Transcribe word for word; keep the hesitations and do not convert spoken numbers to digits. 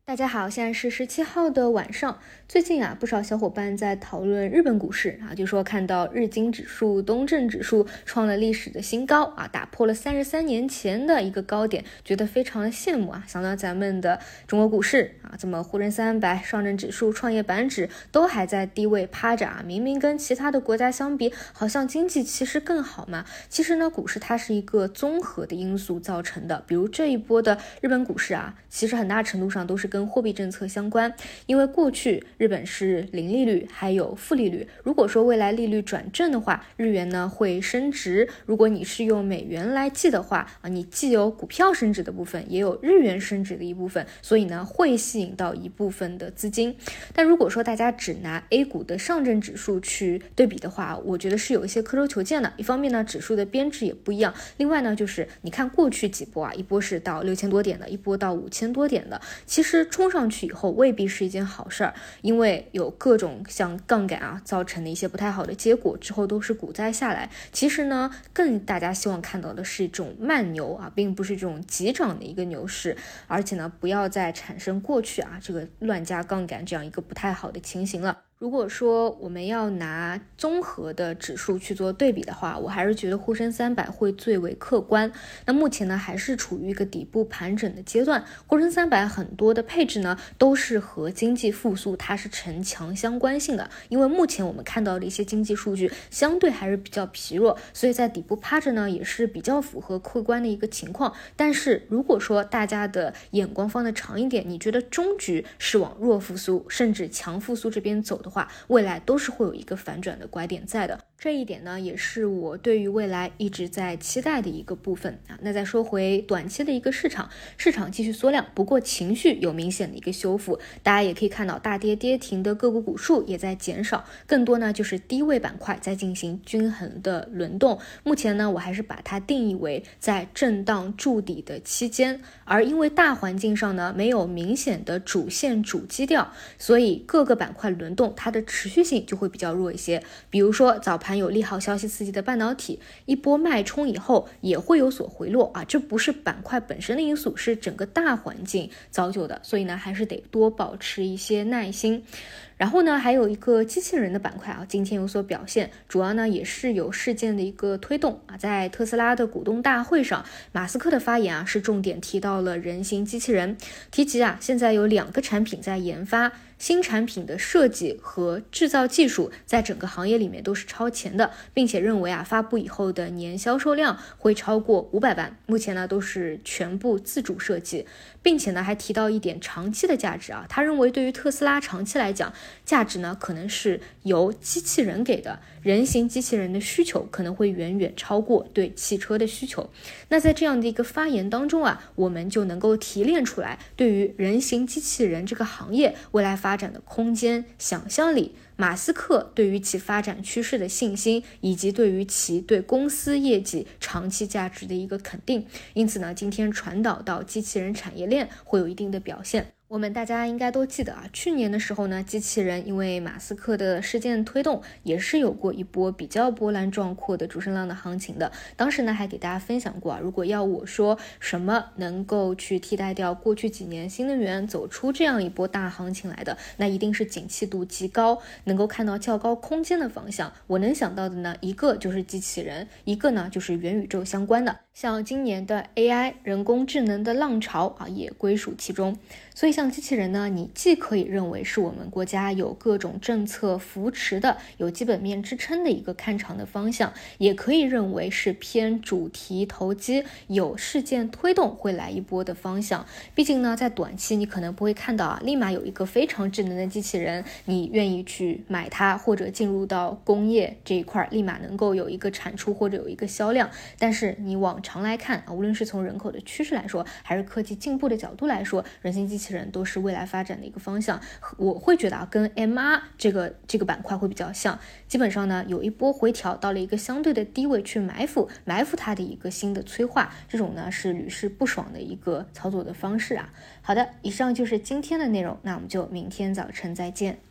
大家好，现在是十七号的晚上。最近啊，不少小伙伴在讨论日本股市啊，就说看到日经指数、东证指数创了历史的新高啊，打破了三十三年前的一个高点，觉得非常的羡慕啊。想到咱们的中国股市啊，怎么沪深三百、上证指数、创业板指都还在低位趴着啊？明明跟其他的国家相比，好像经济其实更好嘛。其实呢，股市它是一个综合的因素造成的，比如这一波的日本股市啊，其实很大程度上都是跟跟货币政策相关，因为过去日本是零利率还有负利率，如果说未来利率转正的话，日元呢会升值，如果你是用美元来计的话啊，你既有股票升值的部分，也有日元升值的一部分，所以呢会吸引到一部分的资金。但如果说大家只拿 A 股的上证指数去对比的话，我觉得是有一些刻舟求剑的。一方面呢，指数的编制也不一样，另外呢就是你看过去几波啊，一波是到六千多点的，一波到五千多点的，其实冲上去以后未必是一件好事儿，因为有各种像杠杆啊造成的一些不太好的结果，之后都是股灾下来。其实呢，更大家希望看到的是一种慢牛啊，并不是这种急涨的一个牛市，而且呢，不要再产生过去啊这个乱加杠杆这样一个不太好的情形了。如果说我们要拿综合的指数去做对比的话，我还是觉得沪深三百会最为客观。那目前呢，还是处于一个底部盘整的阶段。沪深三百很多的配置呢，都是和经济复苏它是呈强相关性的。因为目前我们看到的一些经济数据相对还是比较疲弱，所以在底部趴着呢，也是比较符合客观的一个情况。但是如果说大家的眼光放得长一点，你觉得终局是往弱复苏甚至强复苏这边走的的话，未来都是会有一个反转的拐点在的。这一点呢，也是我对于未来一直在期待的一个部分啊。那再说回短期的一个市场，市场继续缩量，不过情绪有明显的一个修复。大家也可以看到，大跌跌停的个股股数也在减少，更多呢就是低位板块在进行均衡的轮动。目前呢，我还是把它定义为在震荡筑底的期间，而因为大环境上呢没有明显的主线主基调，所以各个板块轮动它的持续性就会比较弱一些。比如说早盘有利好消息刺激的半导体，一波脉冲以后也会有所回落啊，这不是板块本身的因素，是整个大环境造就的，所以呢还是得多保持一些耐心。然后呢，还有一个机器人的板块啊，今天有所表现，主要呢也是有事件的一个推动啊。在特斯拉的股东大会上，马斯克的发言啊是重点提到了人形机器人，提及啊现在有两个产品在研发，新产品的设计和制造技术在整个行业里面都是超前的，并且认为啊发布以后的年销售量会超过五百万，目前呢都是全部自主设计，并且呢还提到一点长期的价值啊，他认为对于特斯拉长期来讲，价值呢可能是由机器人给的，人形机器人的需求可能会远远超过对汽车的需求。那在这样的一个发言当中啊，我们就能够提炼出来对于人形机器人这个行业未来发展的空间、想象力，马斯克对于其发展趋势的信心，以及对于其对公司业绩长期价值的一个肯定。因此呢，今天传导到机器人产业链会有一定的表现。我们大家应该都记得啊，去年的时候呢，机器人因为马斯克的事件推动，也是有过一波比较波澜壮阔的主升浪的行情的。当时呢，还给大家分享过啊，如果要我说什么能够去替代掉过去几年新能源走出这样一波大行情来的，那一定是景气度极高，能够看到较高空间的方向。我能想到的呢，一个就是机器人，一个呢就是元宇宙相关的，像今年的 A I 人工智能的浪潮啊，也归属其中。所以像机器人呢，你既可以认为是我们国家有各种政策扶持的、有基本面支撑的一个看长的方向，也可以认为是偏主题投机、有事件推动会来一波的方向。毕竟呢，在短期你可能不会看到啊，立马有一个非常智能的机器人，你愿意去买它，或者进入到工业这一块，立马能够有一个产出或者有一个销量。但是你往常来看啊，无论是从人口的趋势来说，还是科技进步的角度来说，人形机器人都是未来发展的一个方向。我会觉得啊，跟 M R 这个这个板块会比较像，基本上呢有一波回调到了一个相对的低位去埋伏埋伏它的一个新的催化，这种呢是屡试不爽的一个操作的方式啊。好的，以上就是今天的内容，那我们就明天早晨再见。